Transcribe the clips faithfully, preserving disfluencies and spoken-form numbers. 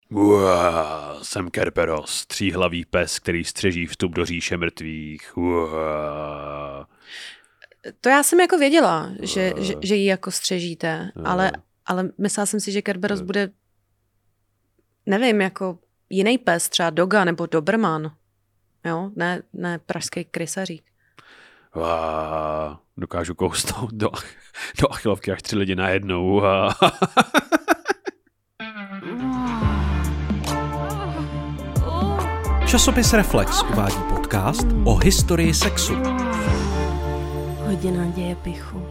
Uá, jsem Kerberos, tříhlavý pes, který střeží vstup do říše mrtvých. Uá. To já jsem jako věděla, že, že, že ji jako střežíte, Uh. ale, ale myslela jsem si, že Kerberos uh. bude, nevím, jako jiný pes, třeba Doga nebo Doberman. Jo, ne, ne pražský krysařík. Uá. Dokážu kousnout do, do achilovky až tři lidi najednou. Uá. Časopis Reflex uvádí podcast o historii sexu. Hodina dějepichu.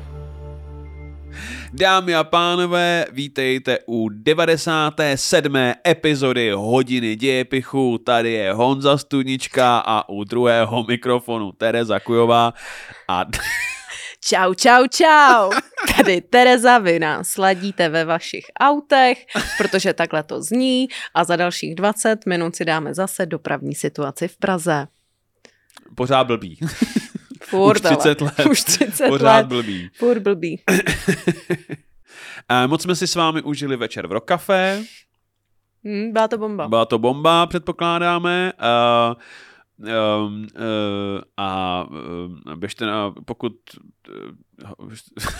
Dámy a pánové, vítejte u devadesáté sedmé epizody Hodiny dějepichu. Tady je Honza Studnička a u druhého mikrofonu Tereza Kujová. A... Čau, čau, čau. Tady Tereza, vy nás sladíte ve vašich autech, protože takhle to zní a za dalších dvacet minut si dáme zase dopravní situaci v Praze. Pořád blbý. Furt, Už třicet let. Už třicet Pořád let. blbý. Furt blbý. Moc jsme si s vámi užili večer v Rock Café. Hmm, byla to bomba. Byla to bomba, předpokládáme. Uh, um, uh, a uh, běžte na, pokud... Uh,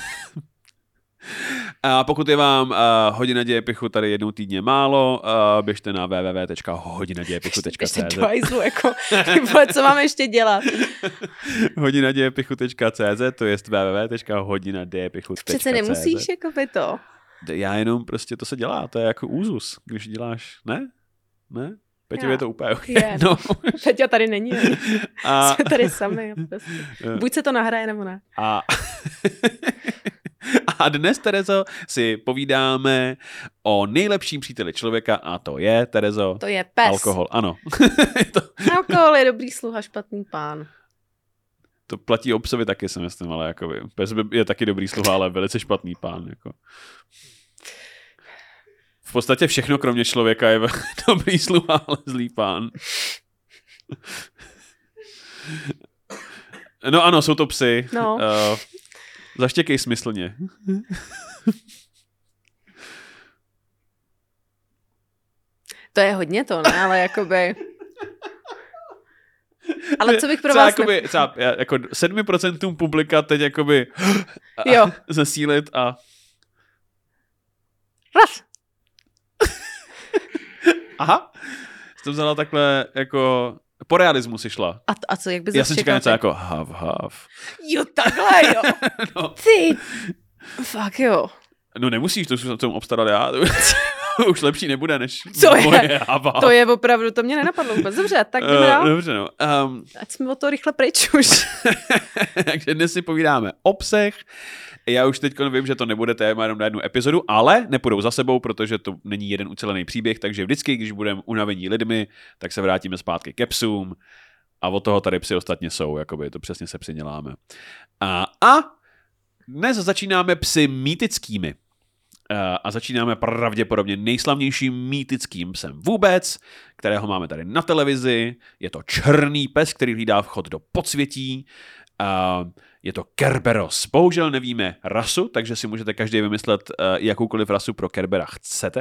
A pokud je vám uh, hodina dějepichu tady jednou týdně málo, uh, běžte na w w w tečka hodina dějepichu tečka c z. Ještě dvajzlu, jako, co máme ještě dělat? hodina dějepichu tečka c z, to je w w w tečka hodina dějepichu tečka c z. Přece nemusíš, jako by to. Já jenom prostě to se dělá, to je jako úzus, když děláš, ne? Ne? Peťovi je to úplně je, no. Peťa tady není, a... jsme tady sami. Prostě. Buď se to nahraje, nebo ne. A... A dnes, Terezo, si povídáme o nejlepším příteli člověka a to je, Terezo... To je pes. Alkohol, ano. to... Alkohol je dobrý sluha, špatný pán. To platí o psovi taky, si myslím, ale jakoby, pes je taky dobrý sluha, ale velice špatný pán. Jako. V podstatě všechno, kromě člověka, je dobrý sluha, ale zlý pán. No ano, jsou to psy. No. Uh, Zaštěkej smyslně. To je hodně to, ne? Ale jakoby... Ale co bych pro třeba vás... Jakoby, ne... třeba jako sedm procent publika teď jakoby jo. zesílit a... Raz. Aha. Jsi to vzala takhle jako... Po realismu si šla. A, a co, jak bys Já jsem čekal něco jako hav, hav. Jo, takhle, jo. no. Ty. Fakt jo. No nemusíš, to jsem tomu obstaral já. Už lepší nebude, než co moje je? hav, hav. To je opravdu, to mě nenapadlo vůbec. Dobře, tak jdeme dál. Uh, dobře, no. Um, Ať jsme o to rychle pryč už. Takže dnes si povídáme o psech. Já už teď vím, že to nebude téma jenom na jednu epizodu, ale nepůjdou za sebou, protože to není jeden ucelený příběh, takže vždycky, když budeme unavení lidmi, tak se vrátíme zpátky ke psům a od toho tady psi ostatně jsou, jakoby to přesně se přiděláme. A, a dnes začínáme psy mýtickými. A začínáme pravděpodobně nejslavnějším mýtickým psem vůbec, kterého máme tady na televizi. Je to černý pes, který hlídá vchod do podsvětí. Uh, je to Kerberos. Bohužel nevíme rasu, takže si můžete každý vymyslet uh, jakoukoliv rasu pro Kerbera chcete.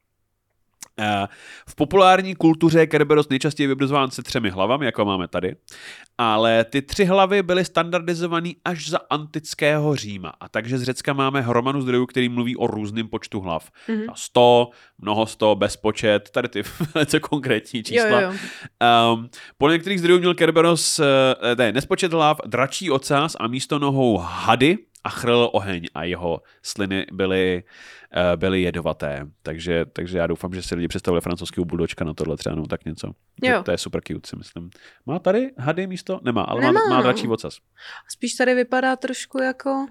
Uh, v populární kultuře je Kerberos nejčastěji vybrizován se třemi hlavami, jako máme tady, ale ty tři hlavy byly standardizovaný až za antického Říma. A takže z Řecka máme hromadu zdrojů, který mluví o různém počtu hlav. Mm-hmm. sto, mnoho sto, bezpočet, tady ty velice konkrétní čísla. Jo, jo. Um, po některých zdrojů měl Kerberos uh, ne, nespočet hlav, dračí ocas a místo nohou hady a chrl oheň a jeho sliny byly, uh, byly jedovaté. Takže, takže já doufám, že si lidi představili francouzského buldočka na tohle třeba, no tak něco. Jo. To je super cute, si myslím. Má tady hady místo? Nemá, ale Nemá. Má, má dračí ocas. Spíš tady vypadá trošku jako...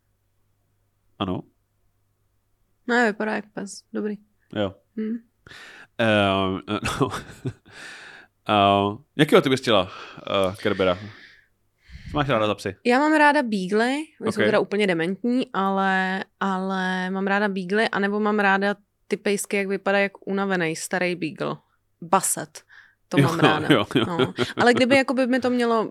Ano. Ne, vypadá jak pes. Dobrý. Jo. Hmm. Uh, no. uh, jakého ty bys chtěla, uh, Kerbera? Co máš ráda za psy? Já mám ráda beagly, oni okay. jsou Okay. teda úplně dementní, ale, ale mám ráda beagly, anebo mám ráda ty pejsky, jak vypadá jak unavený starý beagle. Basset. To mám jo, ráda. Jo, jo. No. Ale kdyby jakoby mi to mělo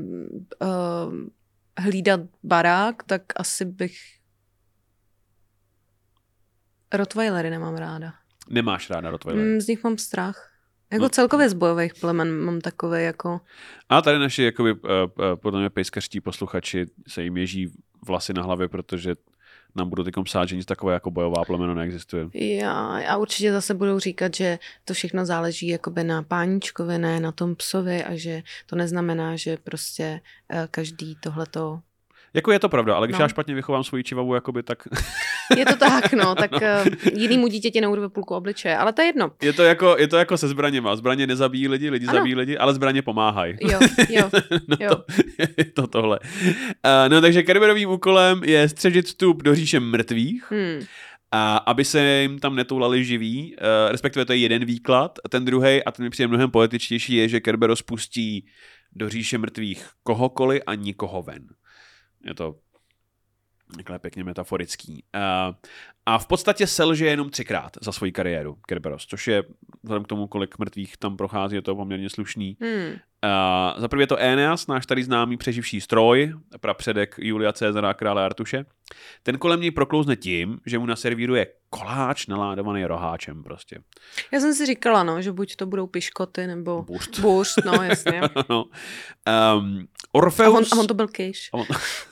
uh, hlídat barák, tak asi bych... Rottweilery nemám ráda. Nemáš ráda Rottweilery? Mm, z nich mám strach. Jako No. celkově z bojových plemen mám takové jako... A tady naši, jakoby, uh, uh, podle mě pejskařtí posluchači se jim ježí vlasy na hlavě, protože nám budou teď psát, že nic takové jako bojová plemeno neexistuje. Já, a určitě zase budou říkat, že to všechno záleží jakoby na páničkovi, ne na tom psovi a že to neznamená, že prostě uh, každý tohleto... Jako je to pravda, ale když No. já špatně vychovám svoji čivavu, jakoby, tak Je to tak, no, tak uh, jinýmu dítěti neurve půlku obličeje, ale to je jedno. je to jako, je to jako se zbraněma. Zbraně nezabíjí lidi, lidi Ano. zabíjí lidi, ale zbraně pomáhají. Jo, jo, no jo. to, je to tohle. Uh, no takže Kerberovým úkolem je střežit vstup do říše mrtvých, Hmm. a aby se jim tam netoulali živí, uh, respektive to je jeden výklad. Ten druhý, a ten mi přijde mnohem poetičtější, je, že Kerber rozpustí do říše mrtvých kohokoliv a nikoho ven. Je to takhle pěkně metaforický. Uh, a v podstatě selže jenom třikrát za svoji kariéru Kerberos, což je vzhledem k tomu, kolik mrtvých tam prochází, je to poměrně slušný. Hmm. Uh, za prvé je to Aeneas, náš tady známý přeživší stroj, prapředek Julia Cezara a krále Artuše. Ten kolem něj proklouzne tím, že mu naservíruje koláč naládovaný roháčem prostě. Já jsem si říkala, no, že buď to budou piškoty, nebo Burst. burst, no jasně. no. um, A Orfeus... on, a on to byl kejš. a on-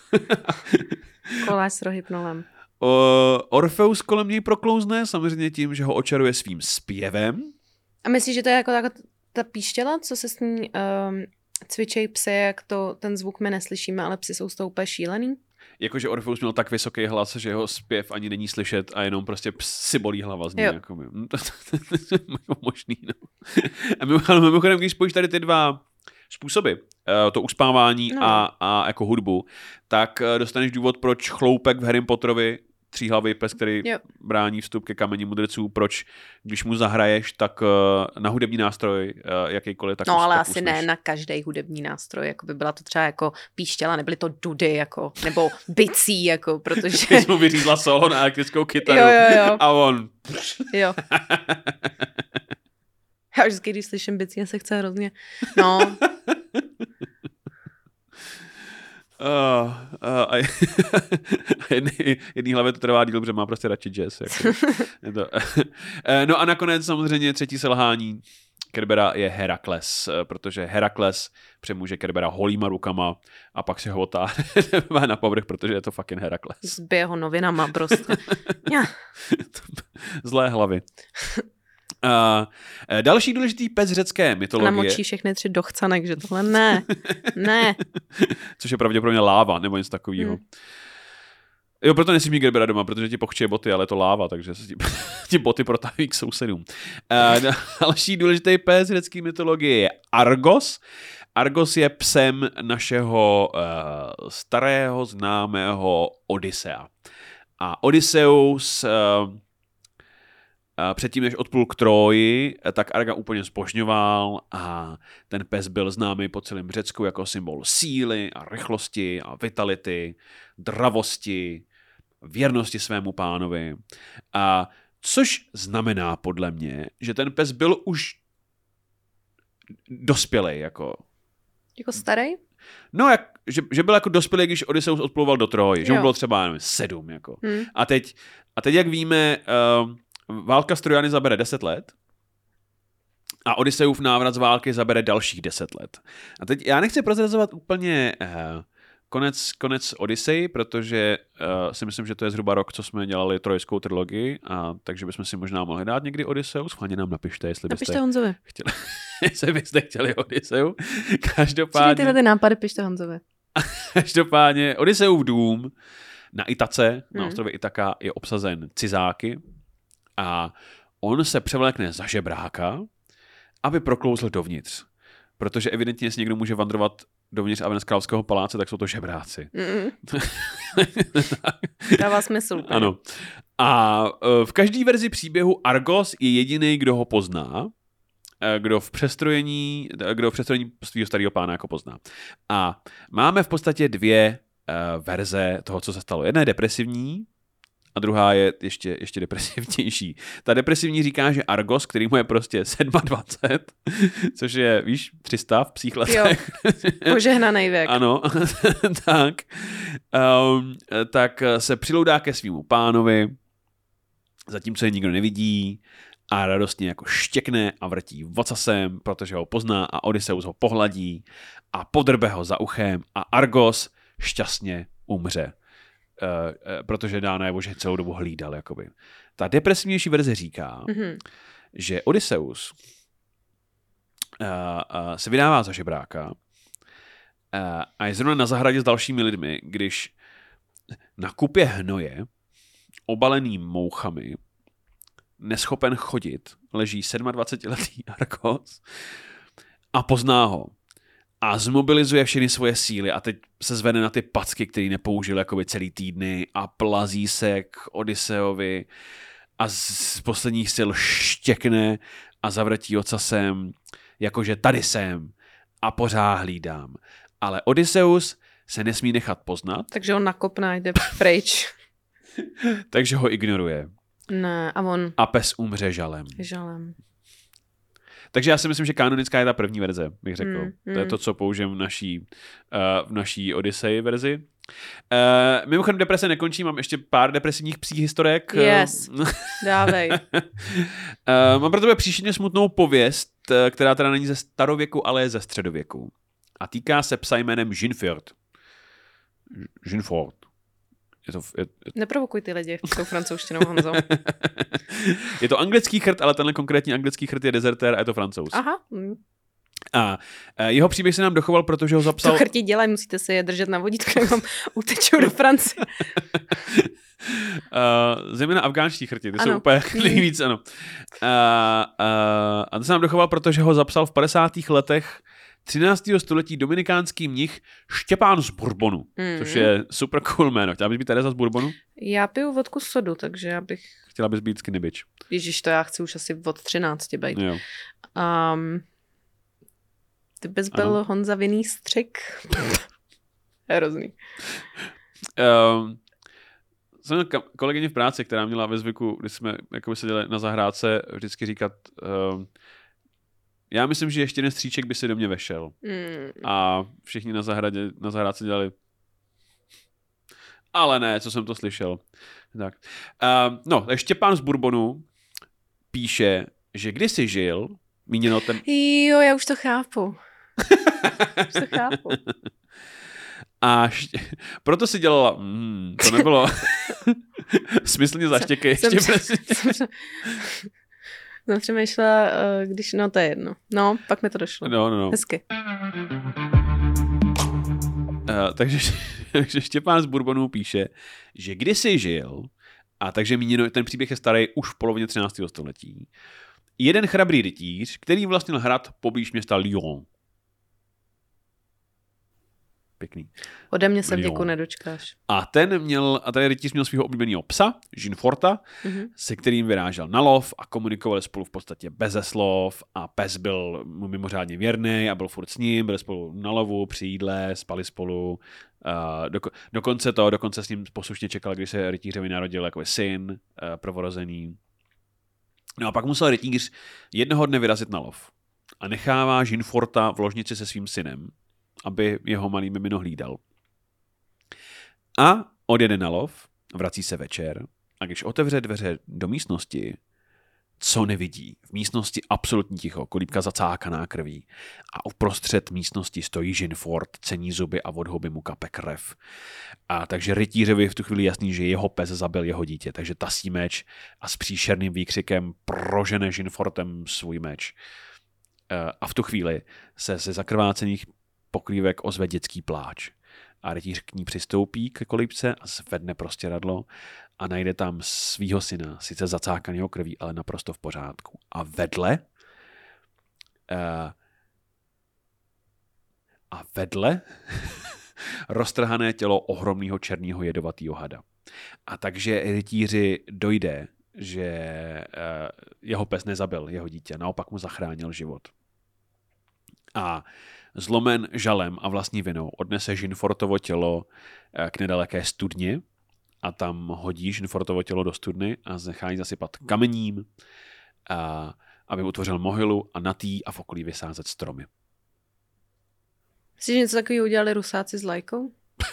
Koláč s rohypnolem. O, Orfeus kolem něj proklouzne samozřejmě tím, že ho očaruje svým zpěvem. A myslíš, že to je jako ta, ta píštěla, co se s ní um, cvičej psy, jak to, ten zvuk my neslyšíme, ale psy jsou z toho úplně šílený? Jakože Orfeus měl tak vysoký hlas, že jeho zpěv ani není slyšet a jenom prostě si bolí hlava z něj. Jo. Jako, hm, to, to, to, to je možný. No. A mimochodem, mimochodem, když spojíš tady ty dva způsoby, eh, to uspávání No. a, a jako hudbu, tak eh, dostaneš důvod, proč chloupek v Harrym Potterovi, tříhlavý pes, který Jo. brání vstup ke kameni mudrců, proč, když mu zahraješ, tak eh, na hudební nástroj eh, jakýkoliv, tak No us- ale tak asi usneš. ne na každý hudební nástroj, jako by byla to třeba jako píštěla, nebyly to dudy, jako, nebo bicí, jako, protože... Když mu vyřízla solo na elektrickou kytaru Jo, jo, jo. a on... Jo. Já vždycky, když slyším bicí, se chce hrozně... No, Uh, uh, a jedný, jedný hlavě to trvá díl, protože má prostě radši jazz. Jako. Je to. No a nakonec samozřejmě třetí selhání Kerbera je Herakles, protože Herakles přemůže Kerbera holýma rukama a pak si ho otáhne na povrch, protože je to fucking Herakles. zbije ho novinama prostě. Ja. Zlé hlavy. Uh, další důležitý pes řecké mytologie, Namočí všechny tři do chcanek, že tohle ne, ne. což je pravděpodobně láva nebo něco takového. Hmm. Jo, proto nesmí mít Gerbera doma, protože ti pochčuje boty, ale je to láva, takže se ti, ti boty protávají k sousedům. Uh, další důležitý pes řecké mytologie je Argos. Argos je psem našeho uh, starého známého Odysea. A Odysseus uh, předtím, než odplul k Tróji, tak Arga úplně zbožňoval a ten pes byl známý po celém Řecku jako symbol síly a rychlosti a vitality, dravosti, věrnosti svému pánovi. A což znamená podle mě, že ten pes byl už dospělej. Jako, Jako starý? no, jak, že, že byl jako dospělej, když Odysseus odplouval do Tróji. Že mu Jo. bylo třeba nevím, sedm. Jako. Hmm. A, teď, a teď, jak víme, uh, válka s Trojany zabere deset let a Odysseův návrat z války zabere dalších deset let. A teď já nechci prozrazovat úplně uh, konec, konec Odyssey, protože uh, si myslím, že to je zhruba rok, co jsme dělali trojskou trilogii, a takže bychom si možná mohli dát někdy Odysseus. Hlavně nám napište, jestli byste Napište Honzovi. chtěli, jestli byste chtěli Odysseu. Přijde Každopádně, tyhle ty nápady, pište Honzovi. každopádně Odysseův dům na Itace, na Hmm. ostrově Itaka, je obsazen cizáky a on se převlékne za žebráka, aby proklouzl dovnitř. Protože evidentně, jestli někdo může vandrovat dovnitř Aven z královského paláce, tak jsou to žebráci. Mm-mm. Dává smysl. úplně. Ano. A e, v každé verzi příběhu Argos je jediný, kdo ho pozná, e, kdo v přestrojení, kdo v přestrojení svého starého pána jako pozná. A máme v podstatě dvě e, verze toho, co se stalo. Jedna je depresivní, a druhá je ještě, ještě depresivnější. Ta depresivní říká, že Argos, který mu je prostě dvacet sedm, což je, víš, tři sta v psích letech. Požehnaný věk. Ano, tak, um, tak se přiloudá ke svýmu pánovi, zatímco je nikdo nevidí a radostně jako štěkne a vrtí vocasem, protože ho pozná a Odysseus ho pohladí a podrbe ho za uchem a Argos šťastně umře, uh, uh, protože dá najevo, že celou dobu hlídal. Jakoby. Ta depresivnější verze říká, mm-hmm. že Odysseus uh, uh, se vydává za žebráka uh, a je zrovna na zahradě s dalšími lidmi, když na kupě hnoje, obalený mouchami, neschopen chodit, leží sedmadvacetiletý Argos a pozná ho. A zmobilizuje všechny svoje síly a teď se zvedne na ty packy, který nepoužil jakoby celý týdny a plazí se k Odysseovi a z posledních sil štěkne a zavrtí ocasem, jakože tady jsem a pořád hlídám. Ale Odysseus se nesmí nechat poznat. Takže on nakopne a jde pryč. Takže ho ignoruje. Ne, a on... A pes umře žalem. Žalem. Takže já si myslím, že kanonická je ta první verze, bych řekl. Mm, mm. To je to, co použijem v naší, uh, v naší Odyssey verzi. Uh, mimochodem deprese nekončí, mám ještě pár depresivních psích historek. Yes, dávej. uh, mám pro tebe příšerně smutnou pověst, která teda není ze starověku, ale je ze středověku. A týká se psa jménem Ginfort. Ginfort. Je to, je, je... Neprovokuj ty lidi s tou francouzštinou, Honzo. Je to anglický chrt, ale tenhle konkrétní anglický chrt je dezertér a je to Francouz. Aha. Mm. A jeho příběh se nám dochoval, protože ho zapsal... To chrti dělají, musíte si je držet na vodítku, jak vám utečou do Francie. uh, zejména afgánští chrti, ty ano. jsou úplně nejvíc, ano. Uh, uh, a to se nám dochoval, protože ho zapsal v padesátých letech třináctého století dominikánský mnich Štěpán z Bourbonu, mm. což je super cool jméno. Chtěla bys být Tereza z Bourbonu? Já piju vodku sodu, takže já bych... Chtěla bys být skinny bitch. Ježíš, to já chci už asi od třinácti být. Jo. Um, ty bys byl ano. Honza Vinný střik. Hrozný. Um, jsem kolegyně v práci, která měla ve zvyku, když jsme jakoby seděli na zahrádce, vždycky říkat... Um, Já myslím, že ještě jeden stříček by si do mě vešel. Mm. A všichni na zahradě, na zahrádce dělali ale ne, co jsem to slyšel. Tak. Uh, no, tak Štěpán z Bourbonu píše, že kdysi žil, míněno ten... Jo, já už to chápu. už to chápu. A ště... proto si dělala, mm, to nebylo smyslně zaštěkej. Ještě jsem Jsem přemýšlela, když, no to je jedno. No, pak mi to došlo. No, no, no. Hezky. Uh, takže, takže Štěpán z Bourbonu píše, že kdysi žil, a takže míněno, ten příběh je starý už v polovině třináctého století, jeden chrabrý rytíř, který vlastnil hrad poblíž města Lyon. Pěkný. Ode mě se vděku nedočkáš. A ten měl, a tady rytíř měl svého oblíbeného psa, Ginforta, mm-hmm. se kterým vyrážel na lov a komunikovali spolu v podstatě beze slov a pes byl mu mimořádně věrný a byl furt s ním, byli spolu na lovu, při jídle, spali spolu. Uh, do, dokonce to, dokonce s ním poslušně čekal, když se rytířovi narodil jako syn, uh, prvorozený. No a pak musel rytíř jednoho dne vyrazit na lov a nechává Ginforta v ložnici se svým synem, aby jeho malý mimino hlídal. A odjede na lov, vrací se večer a když otevře dveře do místnosti, co nevidí? V místnosti absolutní ticho, kolíbka zacákaná krví a uprostřed místnosti stojí Ginfort, cení zuby a od huby mu kape krev. A takže rytířovi v tu chvíli jasný, že jeho pes zabil jeho dítě, takže tasí meč a s příšerným výkřikem prožene Ginfortem svůj meč. A v tu chvíli se ze zakrvácených pokrývek ozve dětský pláč. A rytíř k ní přistoupí k kolíbce a zvedne prostěradlo a najde tam svýho syna, sice zacákanýho krví, ale naprosto v pořádku. A vedle uh, a vedle roztrhané tělo ohromného černého jedovatého hada. A takže rytíři dojde, že uh, jeho pes nezabil jeho dítě, naopak mu zachránil život. A zlomen žalem a vlastní vinou odnese Ginfortovo tělo k nedaleké studni a tam hodí Ginfortovo tělo do studny a nechá ji zasypat kamením, a, aby utvořil mohylu a na tý a v okolí vysázet stromy. Myslíš, že něco takového udělali Rusáci s Lajkou?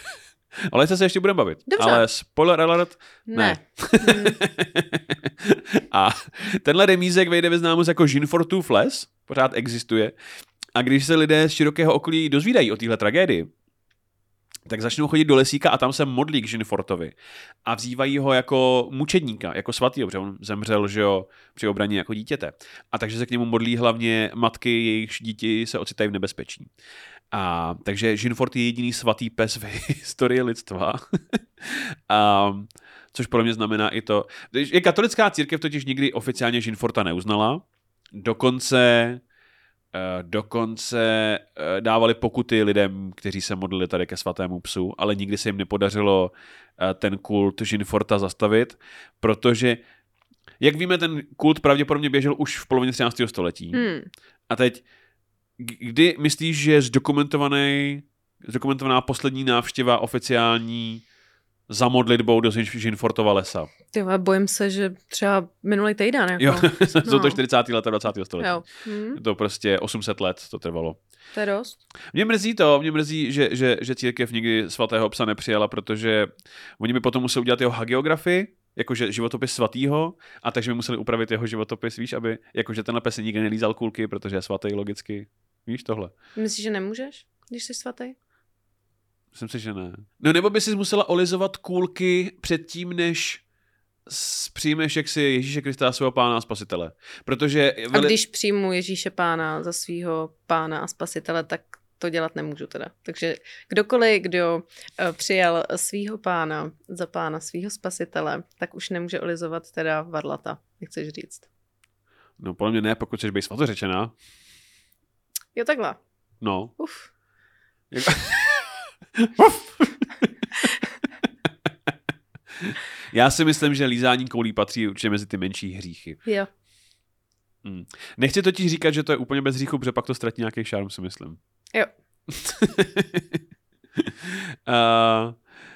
Ale se ještě budeme bavit. Dobře. Ale spoiler alert, ne. Ne. ne. A tenhle remízek vejde ve známost jako Ginfortův les, pořád existuje. A když se lidé z širokého okolí dozvídají o téhle tragédii, tak začnou chodit do lesíka a tam se modlí k Ginfortovi. A vzývají ho jako mučedníka, jako svatýho, protože on zemřel, že jo, při obraně jako dítěte. A takže se k němu modlí hlavně matky, jejichž děti se ocitají v nebezpečí. A takže Ginfort je jediný svatý pes v historii lidstva. A, což podle mě znamená i to, že katolická církev totiž nikdy oficiálně Ginforta neuznala. Dokonce Dokonce dávali pokuty lidem, kteří se modlili tady ke svatému psu, ale nikdy se jim nepodařilo ten kult Ginforta zastavit, protože, jak víme, ten kult pravděpodobně běžel už v polovině třináctého století. Hmm. A teď, kdy myslíš, že je zdokumentovaný, zdokumentovaná poslední návštěva oficiální za modlitbou do Ginfortova lesa? Ty, bojím se, že třeba minulý týden. Jako. Jo, no. jsou to čtyřicátá leta dvacátého století. Jo. Hmm. To prostě osm set let to trvalo. To je dost. Mě mrzí to, mě mrzí, že, že, že církev nikdy svatého psa nepřijala, protože oni by potom museli udělat jeho hagiografii, jakože životopis svatýho, a takže by museli upravit jeho životopis, víš, aby, jakože tenhle pes nikdy nelízal kulky, protože je svatý logicky. Víš tohle? Myslíš, že nemůžeš, když jsi svatý? Myslím si, že ne. No nebo by si musela olizovat kůlky předtím, než přijmeš jaksi Ježíše Krista svého pána a spasitele. Protože veli... A když přijmu Ježíše pána za svého pána a spasitele, tak to dělat nemůžu teda. Takže kdokoliv, kdo přijal svého pána za pána svého spasitele, tak už nemůže olizovat teda varlata, jak chceš říct. No podle mě ne, pokud chceš být svatořečená. Jo, takhle. No. Uf. Jak... Já si myslím, že lízání koulí patří určitě mezi ty menší hříchy. Jo. Hmm. Nechci totiž říkat, že to je úplně bez hříchu, protože pak to ztratí nějaký šarm, si myslím. Jo. uh, uh,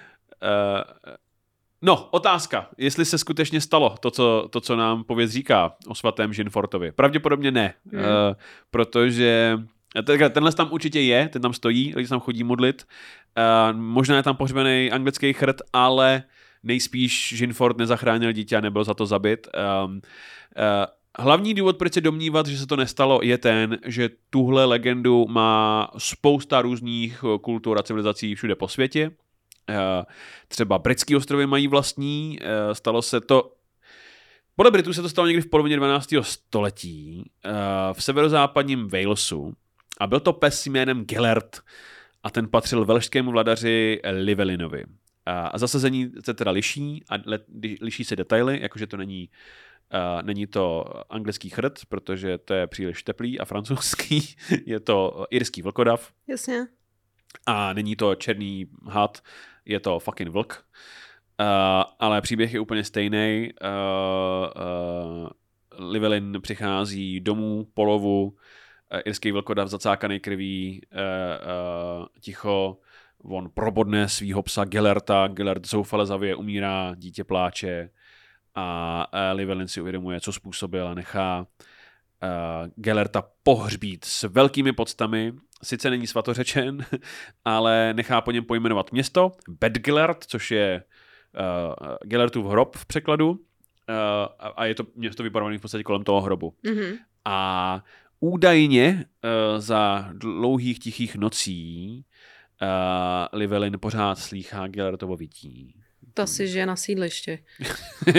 no, otázka. Jestli se skutečně stalo to, co, to, co nám pověst říká o svatém Ginfortovi. Pravděpodobně ne. Hmm. Uh, protože tenhle tam určitě je, ten tam stojí, lidi tam chodí modlit. Uh, možná je tam pohřbený anglický chrt, ale nejspíš Ginfort nezachránil dítě a nebyl za to zabit. Um, uh, hlavní důvod, proč se domnívat, že se to nestalo, je ten, že tuhle legendu má spousta různých kultur a civilizací všude po světě. Uh, třeba britský ostrovy mají vlastní. Uh, stalo se to podle Britů se to stalo někdy v polovině dvanáctého století uh, v severozápadním Walesu. A byl to pes jménem Gellert a ten patřil velšskému vladaři Llywellynovi. A zasazení se teda liší a liší se detaily, jakože to není, uh, není to anglický chrt, protože to je příliš teplý a francouzský, je to irský vlkodav. Jasně. A není to černý had, je to fucking vlk. Uh, ale příběh je úplně stejný. Uh, uh, Llywelyn přichází domů, polovu, irský vlkodav zacákaný krví, uh, uh, ticho, on probodne svýho psa Gellerta, Gellert zoufale zavije, umírá, dítě pláče a uh, Llywelyn si uvědomuje, co způsobil a nechá uh, Gellerta pohřbít s velkými poctami, sice není svatořečen, ale nechá po něm pojmenovat město, Bedgellert, což je uh, Gellertův hrob v překladu uh, a je to město vybarvené v podstatě kolem toho hrobu. Mm-hmm. A údajně uh, za dlouhých tichých nocí uh, Llywelyn pořád slýchá Gellertovo vytí. To si žije na sídliště. uh,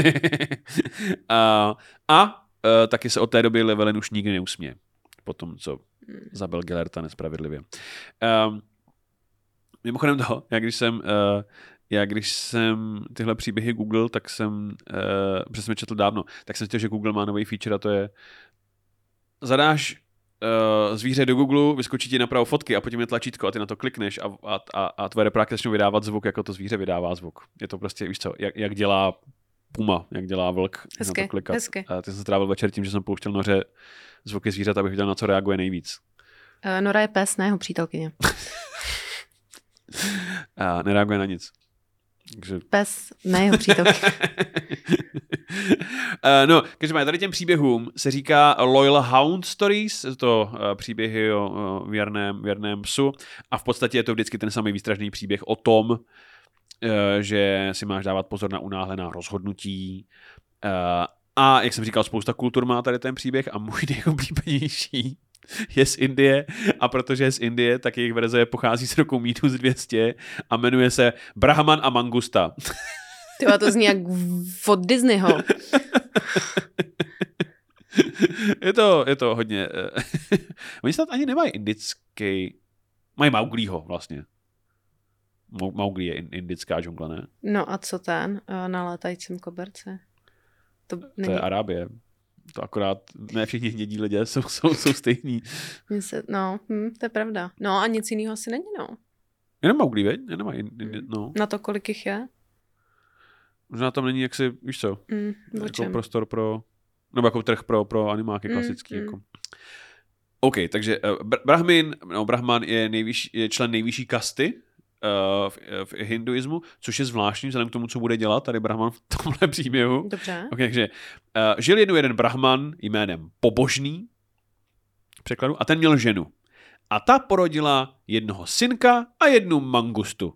a uh, taky se od té doby Llywelyn už nikdy neusměje. Po tom, co zabil Gellerta nespravedlivě. Uh, mimochodem toho, jak když jsem... Uh, Já když jsem tyhle příběhy Google, tak jsem, uh, protože jsem četl dávno, tak jsem chtěl, že Google má nový feature a to je zadáš uh, zvíře do Google, vyskočí ti napravo fotky a potom je tlačítko a ty na to klikneš a, a, a, a tvoje repráky začnou vydávat zvuk, jako to zvíře vydává zvuk. Je to prostě, víš co, jak, jak dělá puma, jak dělá vlk. Hezky, na to klikat. hezky. A ty jsem strávil večer tím, že jsem pouštěl noře zvuky zvířat, abych viděl, na co reaguje nejvíc. Uh, Nora je pes, ne jeho přítelkyně. A nereaguje na nic. Takže... Pes, ne jeho přítelkyně. uh, no, každopádně tady těm příběhům se říká Loyal Hound Stories, to uh, příběhy o uh, věrném, věrném psu a v podstatě je to vždycky ten samý výstražný příběh o tom, že si máš dávat pozor na unáhlená rozhodnutí. A jak jsem říkal, spousta kultur má tady ten příběh a můj nejoblíbenější je z Indie a protože je z Indie, tak jejich verze pochází z roku minus dvě stě a jmenuje se Brahman a Mangusta. Tyva, to zní jak od Disneyho. je, to, je to hodně... Oni snad ani nemají indický... Mají Mauglího vlastně. Mowgli je indická džungla, ne? No a co ten na létajícím koberce? To, není... to je Arábie. To akorát ne všichni hnědí lidé jsou, jsou, jsou stejní. Se, no, hm, to je pravda. No a nic jiného asi není, no. Jenom Mowgli, veď? Jenom mají, no. Na to, kolik jich je? Možná tam není jaksi, víš co, mm, jako prostor pro, nebo jako trh pro, pro animáky klasický. Mm, jako. Mm. OK, takže uh, Brahmin, no, Brahman je, nejvyšší, je člen nejvyšší kasty uh, v, v hinduismu, což je zvláštní vzhledem k tomu, co bude dělat tady Brahman v tomhle příběhu. Dobře. Okay, takže uh, žil jednou jeden Brahman jménem Pobožný v překladu a ten měl ženu. A ta porodila jednoho synka a jednu mangustu.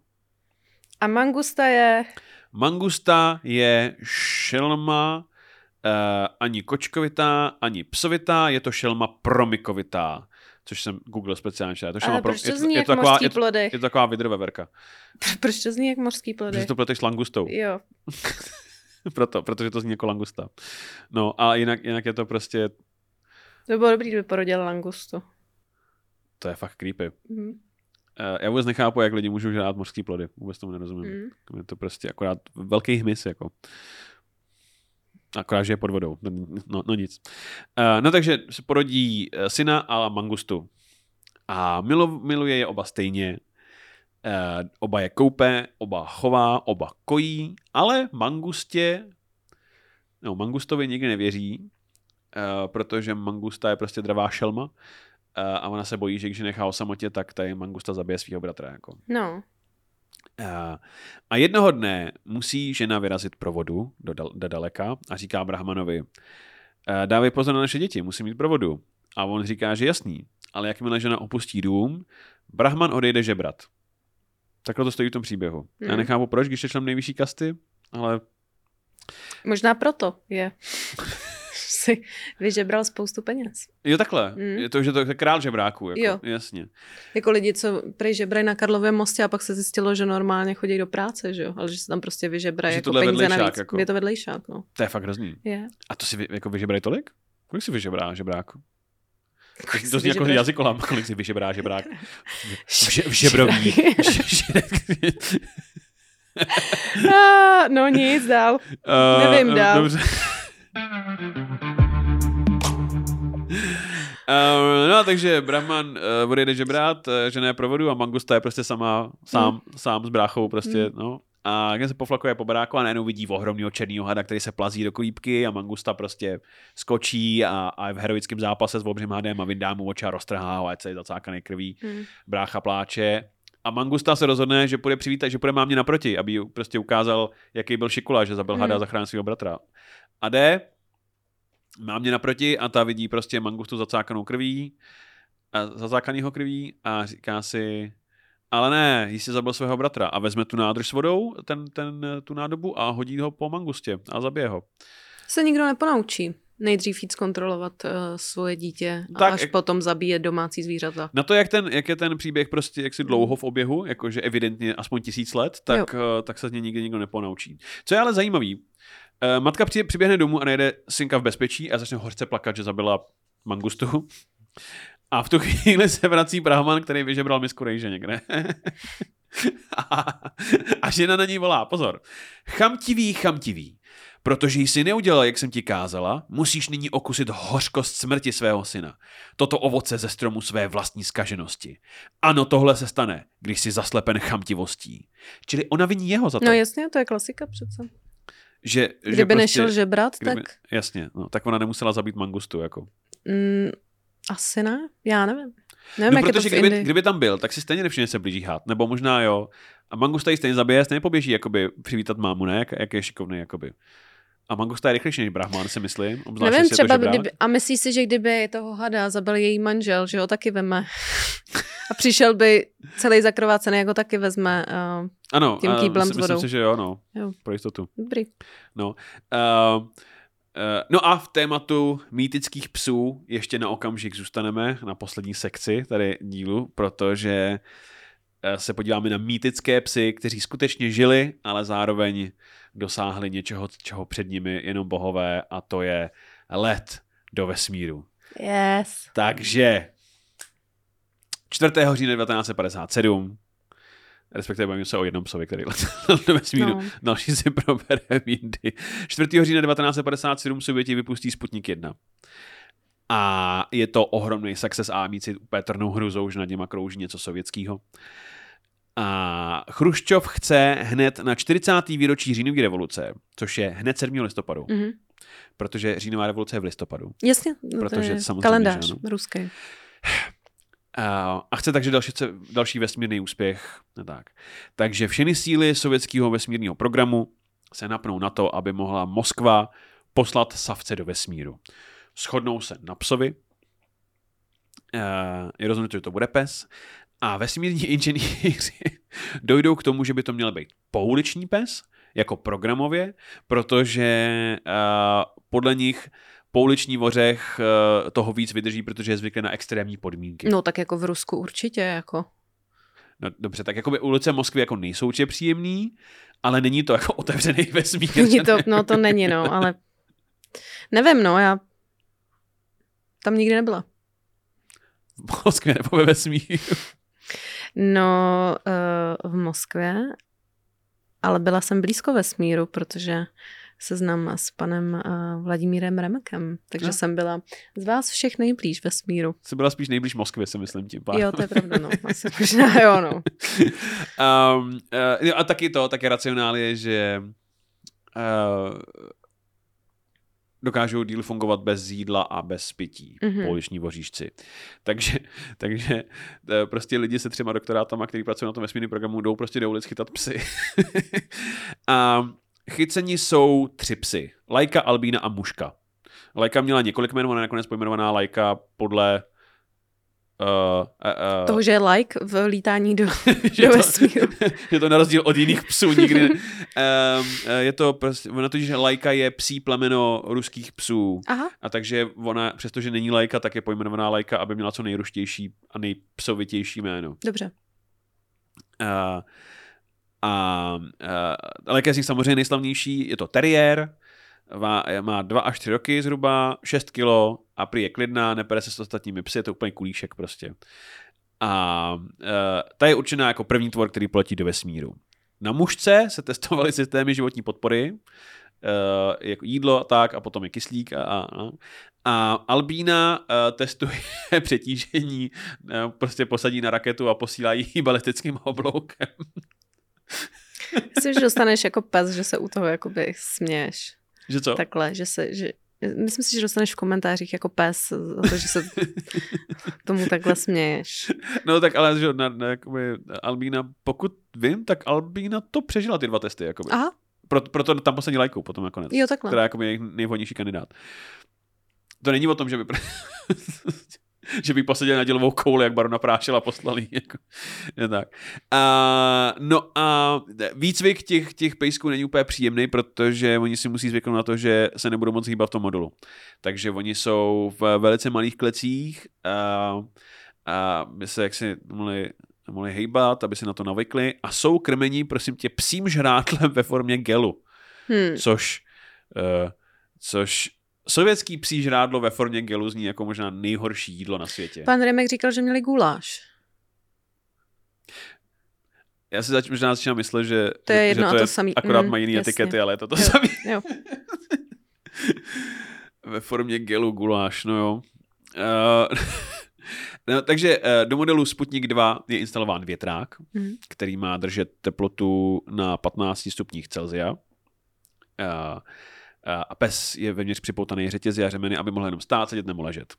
A mangusta je... Mangusta je šelma uh, ani kočkovitá, ani psovitá, je to šelma promikovitá, což jsem Google speciálně četl. To Ale pro... proč to je, zní je jak to taková, mořský je to, plody? je to taková vidroveverka. Proč to zní jak mořský plody? Protože to pleteš s langustou. Jo. Proto, protože to zní jako langusta. No a jinak, jinak je to prostě... To by bylo dobrý, kdyby porodila langustu. To je fakt creepy. Mm. Uh, já vůbec nechápu, jak lidi můžou žrát mořský plody. Vůbec tomu nerozumím. Mm. Je to prostě akorát velký hmyz, jako. Akorát, že je pod vodou. No, no nic. Uh, no takže se porodí syna a mangustu. A milo, miluje je oba stejně. Uh, oba je koupe, oba chová, oba kojí, ale mangustě, no mangustovi nikdy nevěří, uh, protože mangusta je prostě dravá šelma uh, a ona se bojí, že když nechá o samotě, tak tady mangusta zabije svého bratra. Jako. No. Uh, a jednoho dne musí žena vyrazit pro vodu do, dal- do daleka a říká Brahmanovi, uh, dávej pozor na naše děti, musí mít pro vodu. A on říká, že jasný, ale jakmile žena opustí dům, Brahman odejde žebrat. Takhle to stojí v tom příběhu. Hmm. Já nechápu proč, když je člen nejvyšší kasty, ale... Možná proto je. Si vyžebral spoustu peněz. Jo, takhle. Hmm. Je to, že to je král žebráků. Jako, jo. Jasně. Jako lidi, co prej žebrají na Karlovém mostě a pak se zjistilo, že normálně chodí do práce, že jo? Ale že se tam prostě vyžebrají jako peníze navíc. Jako... Je to vedlejšák, no. To je fakt hrozný. Je. A to si vy, jako vyžebrají tolik? Kolik si vyžebrá žebráku? To zní jako jazykolám, kolik si vyžebrá žebrák. V žebrovní. No nic, dál. Uh, Nevím dál. Dobře. Uh, no, takže Brahman uh, odejde žebrát, uh, žena je pro vodu a mangusta je prostě sama, sám, mm. sám s bráchou prostě, mm. no. A když se poflakuje po baráku a najednou vidí ohromného černého hada, který se plazí do kolípky a mangusta prostě skočí a, a je v heroickém zápase s obřím hadem a vyndá mu oči a roztrhá ho, ať se je zacákaný krví. Mm. Brácha pláče a mangusta se rozhodne, že půjde přivítat, že půjde mámě naproti, aby jí prostě ukázal, jaký byl šikula, že zabil mm. hada a zachránil svého bratra. A jde, mámě naproti a ta vidí prostě mangustu zacákanou krví, a zacákanýho krví a říká si... Ale ne, jí si zabil svého bratra a vezme tu nádrž s vodou, ten, ten, tu nádobu a hodí ho po mangustě a zabije ho. Se nikdo neponaučí. Nejdřív jít zkontrolovat uh, svoje dítě a tak, až jak, potom zabíjet domácí zvířata. Na to, jak, ten, jak je ten příběh prostě jaksi dlouho v oběhu, jakože evidentně aspoň tisíc let, tak, uh, tak se z něj nikdy nikdo neponaučí. Co je ale zajímavý, uh, matka při, přiběhne domů a najde synka v bezpečí a začne hořce plakat, že zabila mangustu. A v tu chvíli se vrací Brahman, který vyžebral misku rejže někde. a, a žena na ní volá, pozor, chamtivý, chamtivý, protože jsi neudělal, jak jsem ti kázala, musíš nyní okusit hořkost smrti svého syna. Toto ovoce ze stromu své vlastní zkaženosti. Ano, tohle se stane, když jsi zaslepen chamtivostí. Čili ona viní jeho za to. No jasně, to je klasika přece. Že, kdyby že prostě, nešel žebrat, kdyby, tak... Jasně, no, tak ona nemusela zabít mangustu, jako. Mm, asi ne, já nevím. Nevím, no, jak protože je to v kdyby, kdyby tam byl, tak si stejně nevšimne, se blíží had. Nebo možná jo. A mangusta ji stejně zabije, stejně poběží jakoby, přivítat mámu, ne? Jak, jak je šikovný. Jakoby. A mangusta je rychlejší než Brahman, si myslím. Nevím, třeba kdyby, a myslíš si, že kdyby toho hada zabil její manžel, že ho taky veme. A přišel by celý zakrovácený, jako taky vezme uh, ano, tím kýblem uh, s vodou. myslím si, že jo, no, Jo. pro jistotu. Dobrý. No. Uh, uh, no a v tématu mýtických psů ještě na okamžik zůstaneme na poslední sekci tady dílu, protože uh, se podíváme na mýtické psy, kteří skutečně žili, ale zároveň dosáhli něčeho, čeho před nimi jenom bohové, a to je let do vesmíru. Yes. Takže čtvrtého října devatenáct set padesát sedm, respektive bavíme se o jednom psovi, který letěl do vesmíru, no. Další si probereme jindy. čtvrtého října devatenáct set padesát sedm Sověti vypustí Sputnik jedna. A je to ohromný success a míci úplně trnou hruzou, že nad něma krouží něco sovětského. A Chruščov chce hned na čtyřicáté výročí říjnové revoluce, což je hned sedmého listopadu, mm-hmm. protože říjnová revoluce je v listopadu. Jasně, no protože to je samozřejmě, kalendář že, no. ruský. A chce takže další, další vesmírný úspěch. No tak. Takže všechny síly sovětského vesmírného programu se napnou na to, aby mohla Moskva poslat savce do vesmíru. Shodnou se na psovi, je rozhodnuto, že to bude pes, a vesmírní inženýři dojdou k tomu, že by to měl být pouliční pes, jako programově, protože uh, podle nich pouliční vořech uh, toho víc vydrží, protože je zvyklý na extrémní podmínky. No tak jako v Rusku určitě, jako. No dobře, tak jakoby ulice Moskvy jako nejsou tě příjemný, ale není to jako otevřený vesmír. Není to, no to není, no, ale nevím, no, já tam nikdy nebyla. V Moskvě nebo ve vesmíru? No, uh, v Moskvě, ale byla jsem blízko vesmíru, protože se znám s panem uh, Vladimírem Remekem, takže no. jsem byla z vás všech nejblíž vesmíru. Jsi byla spíš nejblíž Moskvě, si myslím tím pádem. Jo, to je pravda, no. Asi možná, jo, no. um, uh, a taky to, taky racionál je, že uh, dokážou díl fungovat bez jídla a bez pití, mm-hmm. pouliční voříšci. Takže, takže prostě lidi se třema doktorátama, kteří pracují na tom vesmírném programu, jdou prostě do ulic chytat psy. A chyceni jsou tři psy. Lajka, Albína a Muška. Lajka měla několik jmen, ona nakonec pojmenovaná Lajka podle Uh, uh, uh, toho, že je like v lítání do, do vesmíru. Je to na rozdíl od jiných psů nikdy. um, je to prostě, ona to, že Lajka je psí plemeno ruských psů. Aha. A takže ona, přestože není Lajka, tak je pojmenovaná Lajka, aby měla co nejruštější a nejpsovitější jméno. Dobře. Uh, a uh, Lajka je z nich samozřejmě nejslavnější, je to teriér, má, má dva až tři roky zhruba, šest kilo a prý je klidná, nepere se s ostatními psy, je to úplně kulíšek prostě. A uh, ta je určená jako první tvor, který poletí do vesmíru. Na Mušce se testovaly systémy životní podpory, uh, jako jídlo a tak, a potom je kyslík. A, a, a Albína uh, testuje přetížení, uh, prostě posadí na raketu a posílá jí balistickým obloukem. Myslím, že dostaneš jako pes, že se u toho jakoby směješ. Že co? Takhle, že se, že myslím si, že dostaneš v komentářích jako pes za to, že se tomu takhle směješ. No tak ale že na, na, jakoby, Albína, pokud vím, tak Albína to přežila ty dva testy. Jakoby. Aha. Proto, proto tam posadí Lajku potom nakonec. Jo, takhle. Která je jakoby nejvhodnější kandidát. To není o tom, že by... že by posadil na dělovou kouli, jak barona prášila, poslali. Jako, je tak. A, no a výcvik těch, těch pejsků není úplně příjemný, protože oni si musí zvyknout na to, že se nebudou moc hýbat v tom modulu. Takže oni jsou v velice malých klecích a, a by se jaksi mohli, mohli hejbat, aby se na to navykli a jsou krmení, prosím tě, psím žrádlem ve formě gelu. Hmm. Což, uh, což sovětský psí žrádlo ve formě gelu zní jako možná nejhorší jídlo na světě. Pan Remek říkal, že měli guláš. Já si zač- možná začínám myslet, že to je, jedno že to a to je samý. akorát mm, mají jiný jasně. etikety, ale je to to jo, samé. Jo. Ve formě gelu guláš, no jo. Uh, no, takže uh, do modelu Sputnik dva je instalován větrák, mm. který má držet teplotu na patnáct stupních Celsia. Uh, a pes je vevnitř připoutaný řetězy a řemeny, aby mohl jenom stát, sedět nebo ležet.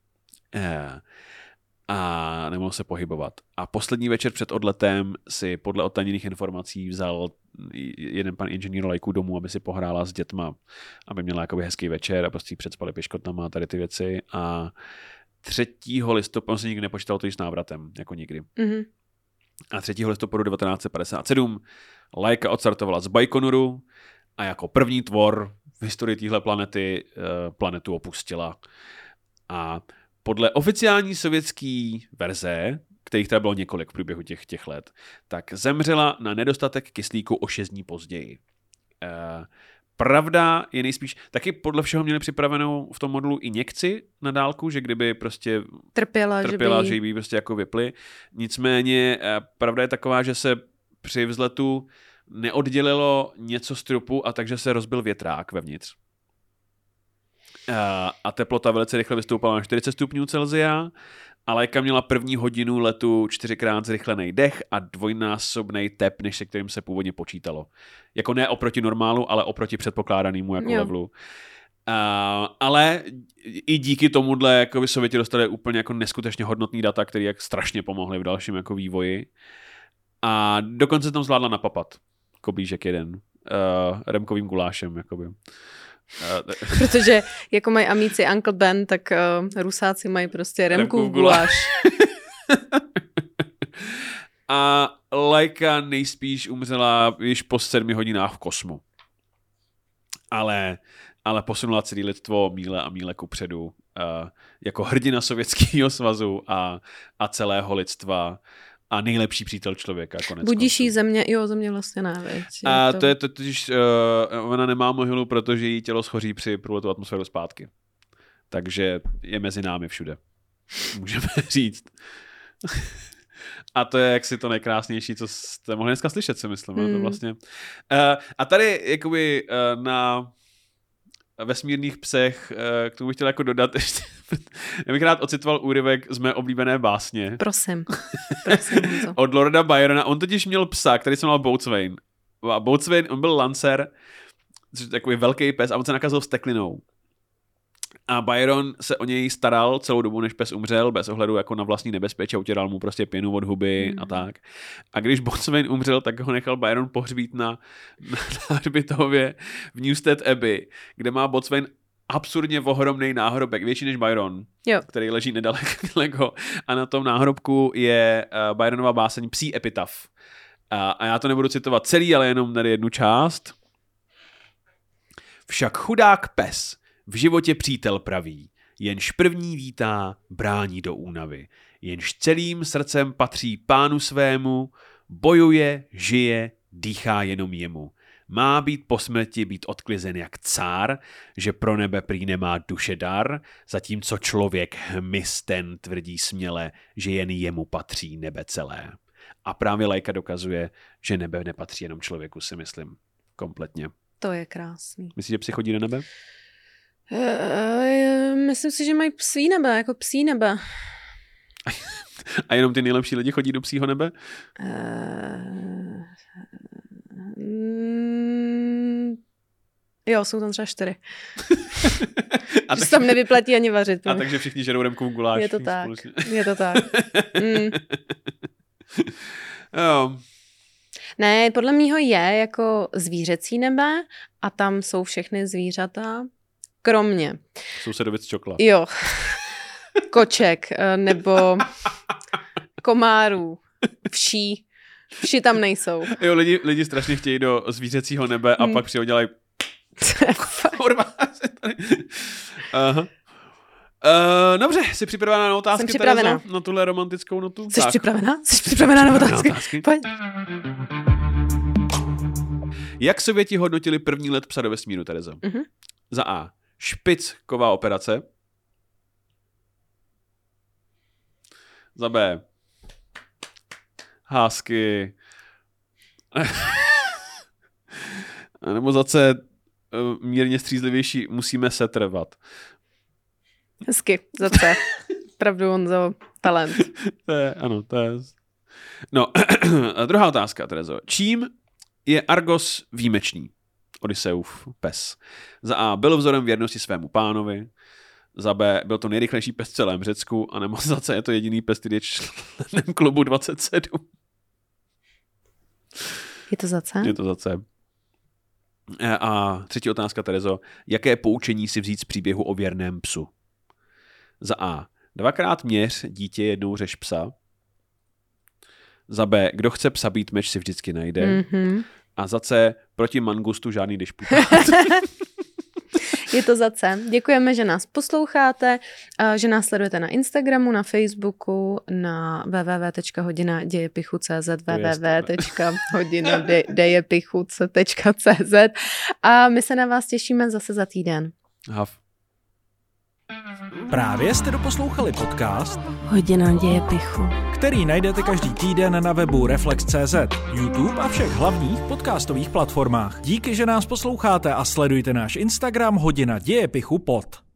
A nemohl se pohybovat. A poslední večer před odletem si podle odtajněných informací vzal jeden pan inženýr Lajku domů, aby si pohrála s dětma, aby měla jakoby hezký večer a prostě předspali pěškotnama a tady ty věci. A třetího listopadu, se nikdy nepočítalo to již s návratem, jako nikdy. Mm-hmm. A třetího listopadu devatenáct set padesát sedm Laika odstartovala z Bajkonuru a jako první tvor v historii téhle planety planetu opustila. A podle oficiální sovětské verze, kterých teda bylo několik v průběhu těch, těch let, tak zemřela na nedostatek kyslíku o šest dní později. Uh, Pravda je nejspíš, taky podle všeho měli připravenou v tom modulu injekci na dálku, že kdyby prostě trpěla, trpěla že by že by prostě jako vyply. Nicméně pravda je taková, že se při vzletu neoddělilo něco z trupu a takže se rozbil větrák vevnitř. A teplota velice rychle vystoupala na čtyřicet stupňů Celsia a Laika měla první hodinu letu čtyřikrát zrychlený dech a dvojnásobný tep, než se kterým se původně počítalo. Jako ne oproti normálu, ale oproti předpokládanému jako jo. levelu. Uh, ale i díky tomuhle jako by Sověti dostali úplně jako neskutečně hodnotný data, které jak strašně pomohly v dalším jako vývoji. A dokonce tam zvládla napapat koblížek jeden uh, remkovým gulášem. Jakoby. Uh, Protože jako mají amíci Uncle Ben, tak uh, Rusáci mají prostě remkův guláš. A Laika nejspíš umřela již po sedmi hodinách v kosmu. Ale, ale posunula celé lidstvo míle a míle kupředu uh, jako hrdina Sovětského svazu a, a celého lidstva a nejlepší přítel člověka. Konec Budiší konců. země, jo, země vlastně ne, veď. A to... to je totiž, uh, ona nemá mohylu, protože jí tělo schoří při průletu atmosféru zpátky. Takže je mezi námi všude. Můžeme říct. A to je jaksi to nejkrásnější, co jste mohli dneska slyšet, si myslím. Hmm. To vlastně. Uh, a tady jakoby uh, na vesmírných psech, uh, k tomu bych chtěl jako dodat ještě. Já bych rád ocitoval úryvek z mé oblíbené básně. Prosím. Prosím Od Lorda Byrona. On totiž měl psa, který se jmenoval Boatswain. A Boatswain, on byl lancer, což je takový velký pes, a on se nakazil steklinou. A Byron se o něj staral celou dobu, než pes umřel, bez ohledu jako na vlastní nebezpečí, a utíral mu prostě pěnu od huby mm. a tak. A když Boatswain umřel, tak ho nechal Byron pohřbít na, na, na hřbitově v Newstead Abbey, kde má Boatswain absurdně ohromný náhrobek, větší než Byron, jo. který leží nedaleko. A na tom náhrobku je uh, Byronova báseň Psí epitaf. Uh, a já to nebudu citovat celý, ale jenom tady jednu část. Však chudák pes v životě přítel praví, jenž první vítá, brání do únavy, jenž celým srdcem patří pánu svému, bojuje, žije, dýchá jenom jemu. Má být po smrti být odklizen jak cár, že pro nebe prý nemá duše dar, zatímco člověk hmyz ten tvrdí směle, že jen jemu patří nebe celé. A právě Laika dokazuje, že nebe nepatří jenom člověku, si myslím, kompletně. To je krásný. Myslíš, že psi chodí do nebe? Uh, myslím si, že mají psí nebe, jako psí nebe. A jenom ty nejlepší lidi chodí do psího nebe? Uh, mm, jo, jsou tam třeba čtyři. A že tak... tam nevyplatí ani vařit. A takže všichni žerou remkovou guláš. Je to tak, společně. Je to tak. Mm. Jo. Ne, podle mýho je jako zvířecí nebe a tam jsou všechny zvířata, kromě. Sousedovic čokla. Jo. Koček, nebo komárů, vší. Vši tam nejsou. Jo, lidi, lidi strašně chtějí do zvířecího nebe a hmm. pak přijde dělají kurva. Aha. Uh, dobře, jsi připravená na otázky? Jsem připravená. Terezo, na tuhle romantickou notu? Jsi připravená? Jsi připravená na otázky? otázky? Pojď. Jak Sověti hodnotili první let psa do vesmíru, Terezo? Uh-huh. Za A. Špicková operace. Za B. Házky. A nebo za C. Mírně střízlivější, musíme se trvat. Hezky, za C. Pravdu on za talent. To je, ano, to je... No, druhá otázka, Terezo. Čím je Argos výjimečný? Odysseův pes. Za A. Byl vzorem věrnosti svému pánovi. Za B. Byl to nejrychlejší pes v celém Řecku. A nebo za C. Je to jediný pes, který je členem klubu dvacet sedm. Je to za C? Je to za C. A třetí otázka, Terezo. Jaké poučení si vzít z příběhu o věrném psu? Za A. Dvakrát měř dítě, jednou řeš psa. Za B, kdo chce psa být, meč si vždycky najde. Mm-hmm. A za C, proti mangustu žádný disputát. Je to za C. Děkujeme, že nás posloucháte, že nás sledujete na Instagramu, na Facebooku, na w w w tečka hodina dějepichu tečka c z, w w w tečka hodina dějepichu tečka c z a my se na vás těšíme zase za týden. Hav. Právě jste doposlouchali podcast Hodina dějepichu, který najdete každý týden na webu Reflex tečka cé zet, YouTube a všech hlavních podcastových platformách. Díky, že nás posloucháte a sledujte náš Instagram Hodina dějepichu pod.